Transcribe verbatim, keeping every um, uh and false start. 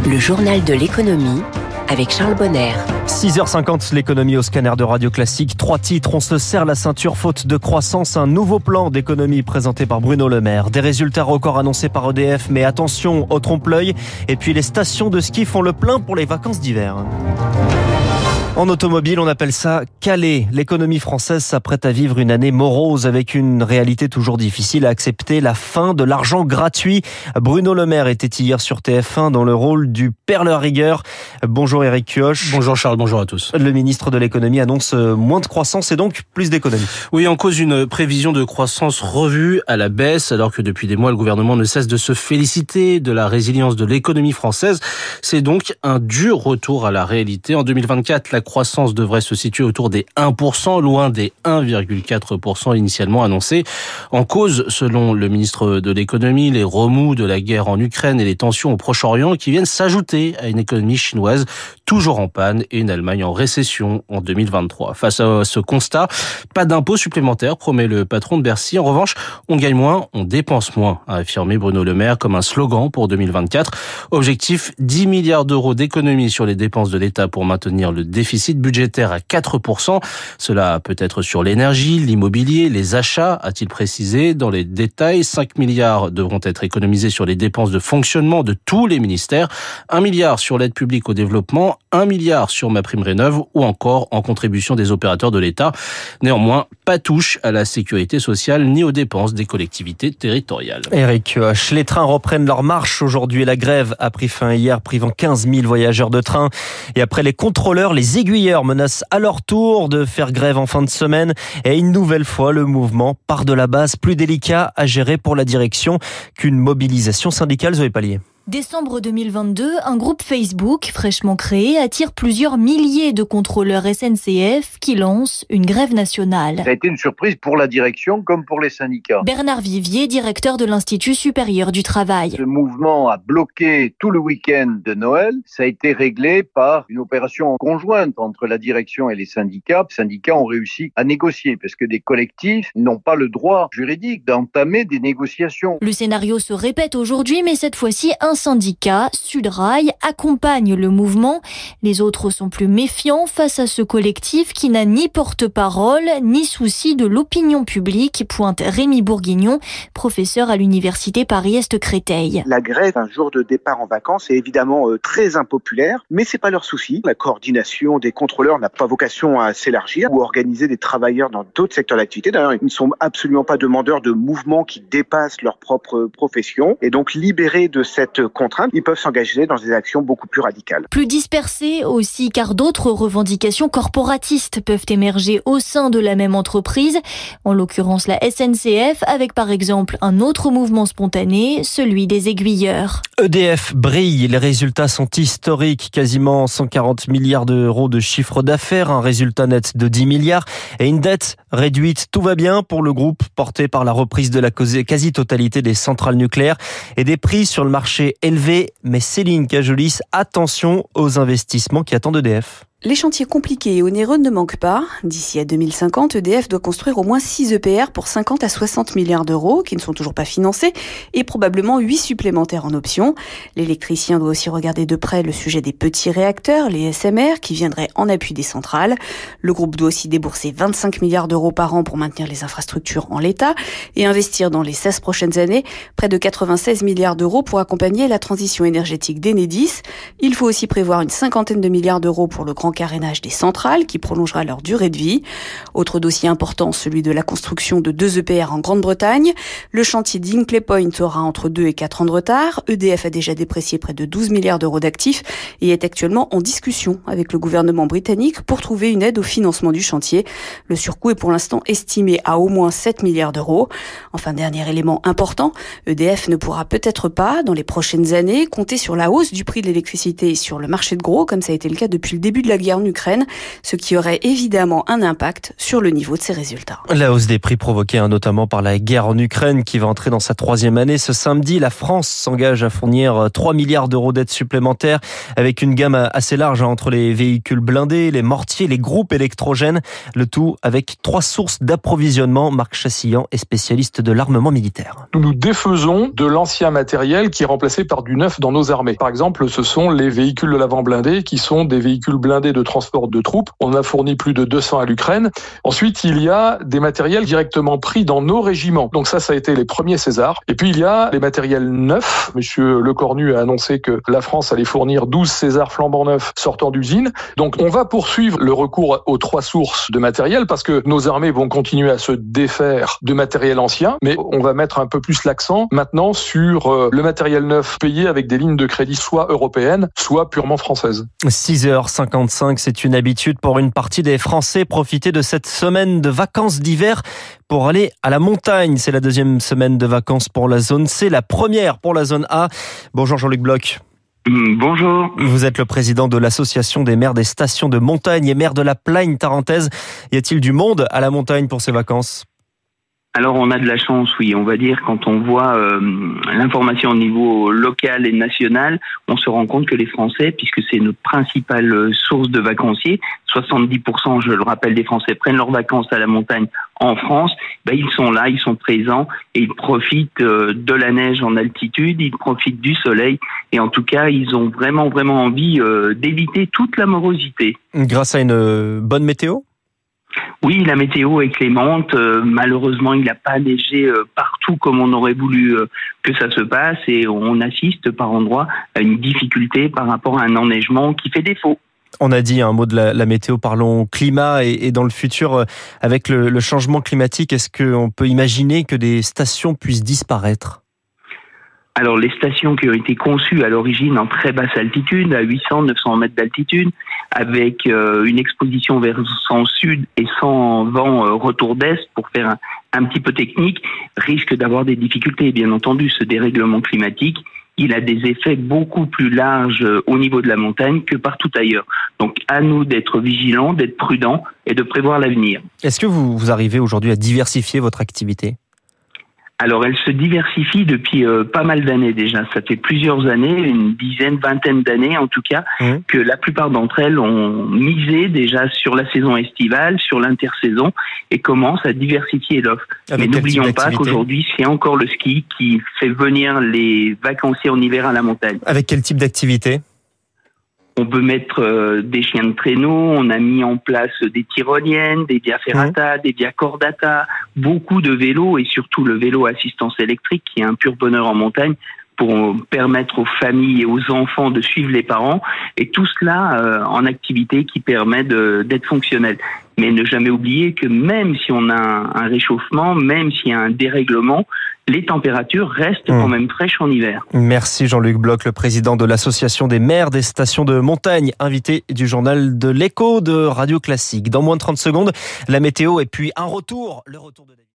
Le journal de l'économie avec Charles Bonner. six heures cinquante, l'économie au scanner de Radio Classique. Trois titres, on se serre la ceinture faute de croissance. Un nouveau plan d'économie présenté par Bruno Le Maire. Des résultats records annoncés par E D F, mais attention au trompe-l'œil. Et puis les stations de ski font le plein pour les vacances d'hiver. En automobile, on appelle ça caler. L'économie française s'apprête à vivre une année morose avec une réalité toujours difficile à accepter, la fin de l'argent gratuit. Bruno Le Maire était hier sur T F un dans le rôle du père la rigueur. Bonjour Éric Kioch. Bonjour Charles, bonjour à tous. Le ministre de l'économie annonce moins de croissance et donc plus d'économie. Oui, en cause une prévision de croissance revue à la baisse, alors que depuis des mois, le gouvernement ne cesse de se féliciter de la résilience de l'économie française. C'est donc un dur retour à la réalité. En deux mille vingt-quatre, la croissance devrait se situer autour des un pour cent, loin des un virgule quatre pour cent initialement annoncés. En cause, selon le ministre de l'économie, les remous de la guerre en Ukraine et les tensions au Proche-Orient qui viennent s'ajouter à une économie chinoise toujours en panne et une Allemagne en récession en deux mille vingt-trois. Face à ce constat, pas d'impôts supplémentaires, promet le patron de Bercy. En revanche, on gagne moins, on dépense moins, a affirmé Bruno Le Maire comme un slogan pour deux mille vingt-quatre. Objectif, dix milliards d'euros d'économie sur les dépenses de l'État pour maintenir le déficit budgétaire à quatre pour cent. Cela peut être sur l'énergie, l'immobilier, les achats, a-t-il précisé. Dans les détails, cinq milliards devront être économisés sur les dépenses de fonctionnement de tous les ministères, un milliard sur l'aide publique au développement, un milliard sur MaPrimeRénov' ou encore en contribution des opérateurs de l'État. Néanmoins, pas touche à la sécurité sociale ni aux dépenses des collectivités territoriales. Éric Kioch, les trains reprennent leur marche aujourd'hui. La grève a pris fin hier, privant quinze mille voyageurs de train. Et après les contrôleurs, les aiguilleurs menacent à leur tour de faire grève en fin de semaine. Et une nouvelle fois, le mouvement part de la base, plus délicat à gérer pour la direction qu'une mobilisation syndicale. Zoé Pallier. Décembre deux mille vingt-deux, un groupe Facebook fraîchement créé attire plusieurs milliers de contrôleurs S N C F qui lancent une grève nationale. Ça a été une surprise pour la direction comme pour les syndicats. Bernard Vivier, directeur de l'Institut supérieur du travail. Ce mouvement a bloqué tout le week-end de Noël. Ça a été réglé par une opération conjointe entre la direction et les syndicats. Les syndicats ont réussi à négocier parce que des collectifs n'ont pas le droit juridique d'entamer des négociations. Le scénario se répète aujourd'hui, mais cette fois-ci, un syndicat, Sudrail, accompagne le mouvement. Les autres sont plus méfiants face à ce collectif qui n'a ni porte-parole, ni souci de l'opinion publique, pointe Rémi Bourguignon, professeur à l'université Paris-Est Créteil. La grève, un jour de départ en vacances, est évidemment euh, très impopulaire, mais c'est pas leur souci. La coordination des contrôleurs n'a pas vocation à s'élargir ou organiser des travailleurs dans d'autres secteurs d'activité. D'ailleurs, ils ne sont absolument pas demandeurs de mouvements qui dépassent leur propre profession. Et donc, libérés de cette contraintes, ils peuvent s'engager dans des actions beaucoup plus radicales. Plus dispersées aussi, car d'autres revendications corporatistes peuvent émerger au sein de la même entreprise, en l'occurrence la S N C F, avec par exemple un autre mouvement spontané, celui des aiguilleurs. E D F brille, les résultats sont historiques, quasiment cent quarante milliards d'euros de chiffre d'affaires, un résultat net de dix milliards et une dette réduite. Tout va bien pour le groupe porté par la reprise de la quasi-totalité des centrales nucléaires et des prix sur le marché élevé, mais Céline Cajolis, attention aux investissements qui attendent E D F. Les chantiers compliqués et onéreux ne manquent pas. D'ici à deux mille cinquante, E D F doit construire au moins six E P R pour cinquante à soixante milliards d'euros, qui ne sont toujours pas financés, et probablement huit supplémentaires en option. L'électricien doit aussi regarder de près le sujet des petits réacteurs, les S M R, qui viendraient en appui des centrales. Le groupe doit aussi débourser vingt-cinq milliards d'euros par an pour maintenir les infrastructures en l'état, et investir dans les seize prochaines années près de quatre-vingt-seize milliards d'euros pour accompagner la transition énergétique d'Enedis. Il faut aussi prévoir une cinquantaine de milliards d'euros pour le grand carénage des centrales qui prolongera leur durée de vie. Autre dossier important, celui de la construction de deux E P R en Grande-Bretagne. Le chantier d'Hinkley Point aura entre deux et quatre ans de retard. E D F a déjà déprécié près de douze milliards d'euros d'actifs et est actuellement en discussion avec le gouvernement britannique pour trouver une aide au financement du chantier. Le surcoût est pour l'instant estimé à au moins sept milliards d'euros. Enfin, dernier élément important, E D F ne pourra peut-être pas, dans les prochaines années, compter sur la hausse du prix de l'électricité sur le marché de gros, comme ça a été le cas depuis le début de la guerre en Ukraine, ce qui aurait évidemment un impact sur le niveau de ses résultats. La hausse des prix provoquée hein, notamment par la guerre en Ukraine qui va entrer dans sa troisième année. Ce samedi, la France s'engage à fournir trois milliards d'euros d'aide supplémentaire avec une gamme assez large hein, entre les véhicules blindés, les mortiers, les groupes électrogènes. Le tout avec trois sources d'approvisionnement. Marc Chassillan est spécialiste de l'armement militaire. Nous nous défaisons de l'ancien matériel qui est remplacé par du neuf dans nos armées. Par exemple, ce sont les véhicules de l'avant blindés qui sont des véhicules blindés de transport de troupes. On a fourni plus de deux cents à l'Ukraine. Ensuite, il y a des matériels directement pris dans nos régiments. Donc ça, ça a été les premiers Césars. Et puis, il y a les matériels neufs. Monsieur Lecornu a annoncé que la France allait fournir douze Césars flambant neufs sortant d'usine. Donc, on va poursuivre le recours aux trois sources de matériel parce que nos armées vont continuer à se défaire de matériel ancien. Mais on va mettre un peu plus l'accent maintenant sur le matériel neuf payé avec des lignes de crédit soit européennes, soit purement françaises. six heures cinquante-cinq, c'est une habitude pour une partie des Français profiter de cette semaine de vacances d'hiver pour aller à la montagne. C'est la deuxième semaine de vacances pour la zone C, la première pour la zone A. Bonjour Jean-Luc Bloch. Bonjour. Vous êtes le président de l'association des maires des stations de montagne et maire de la Plagne tarentaise. Y a-t-il du monde à la montagne pour ces vacances ? Alors on a de la chance, oui, on va dire, quand on voit euh, l'information au niveau local et national, on se rend compte que les Français, puisque c'est notre principale source de vacanciers, soixante-dix pour cent, je le rappelle, des Français prennent leurs vacances à la montagne en France, ben ils sont là, ils sont présents et ils profitent euh, de la neige en altitude, ils profitent du soleil et en tout cas, ils ont vraiment, vraiment envie euh, d'éviter toute la morosité. Grâce à une bonne météo ? Oui, la météo est clémente. Euh, malheureusement, il n'a pas neigé euh, partout comme on aurait voulu euh, que ça se passe et on assiste par endroits à une difficulté par rapport à un enneigement qui fait défaut. On a dit un mot de la, la météo, parlons climat et, et dans le futur, euh, avec le, le changement climatique, est-ce qu'on peut imaginer que des stations puissent disparaître ? Alors, les stations qui ont été conçues à l'origine en très basse altitude, à huit cents, neuf cents mètres d'altitude, avec euh, une exposition vers le sud et sans vent euh, retour d'est pour faire un, un petit peu technique, risquent d'avoir des difficultés. Bien entendu, ce dérèglement climatique, il a des effets beaucoup plus larges euh, au niveau de la montagne que partout ailleurs. Donc, à nous d'être vigilants, d'être prudents et de prévoir l'avenir. Est-ce que vous, vous arrivez aujourd'hui à diversifier votre activité ? Alors, elle se diversifie depuis euh, pas mal d'années déjà. Ça fait plusieurs années, une dizaine, vingtaine d'années en tout cas, mmh. que la plupart d'entre elles ont misé déjà sur la saison estivale, sur l'intersaison, et commencent à diversifier l'offre. Mais n'oublions pas qu'aujourd'hui, c'est encore le ski qui fait venir les vacanciers en hiver à la montagne. Avec quel type d'activité ? On peut mettre euh, des chiens de traîneau, on a mis en place des tyroliennes, des via ferrata, mmh. des via cordata, beaucoup de vélos et surtout le vélo à assistance électrique qui est un pur bonheur en montagne pour permettre aux familles et aux enfants de suivre les parents et tout cela euh, en activité qui permet de, d'être fonctionnel. Mais ne jamais oublier que même si on a un, un réchauffement, même s'il y a un dérèglement, les températures restent mmh. quand même fraîches en hiver. Merci Jean-Luc Bloch, le président de l'association des maires des stations de montagne, invité du journal de l'Écho de Radio Classique. Dans moins de trente secondes, la météo et puis un retour, le retour de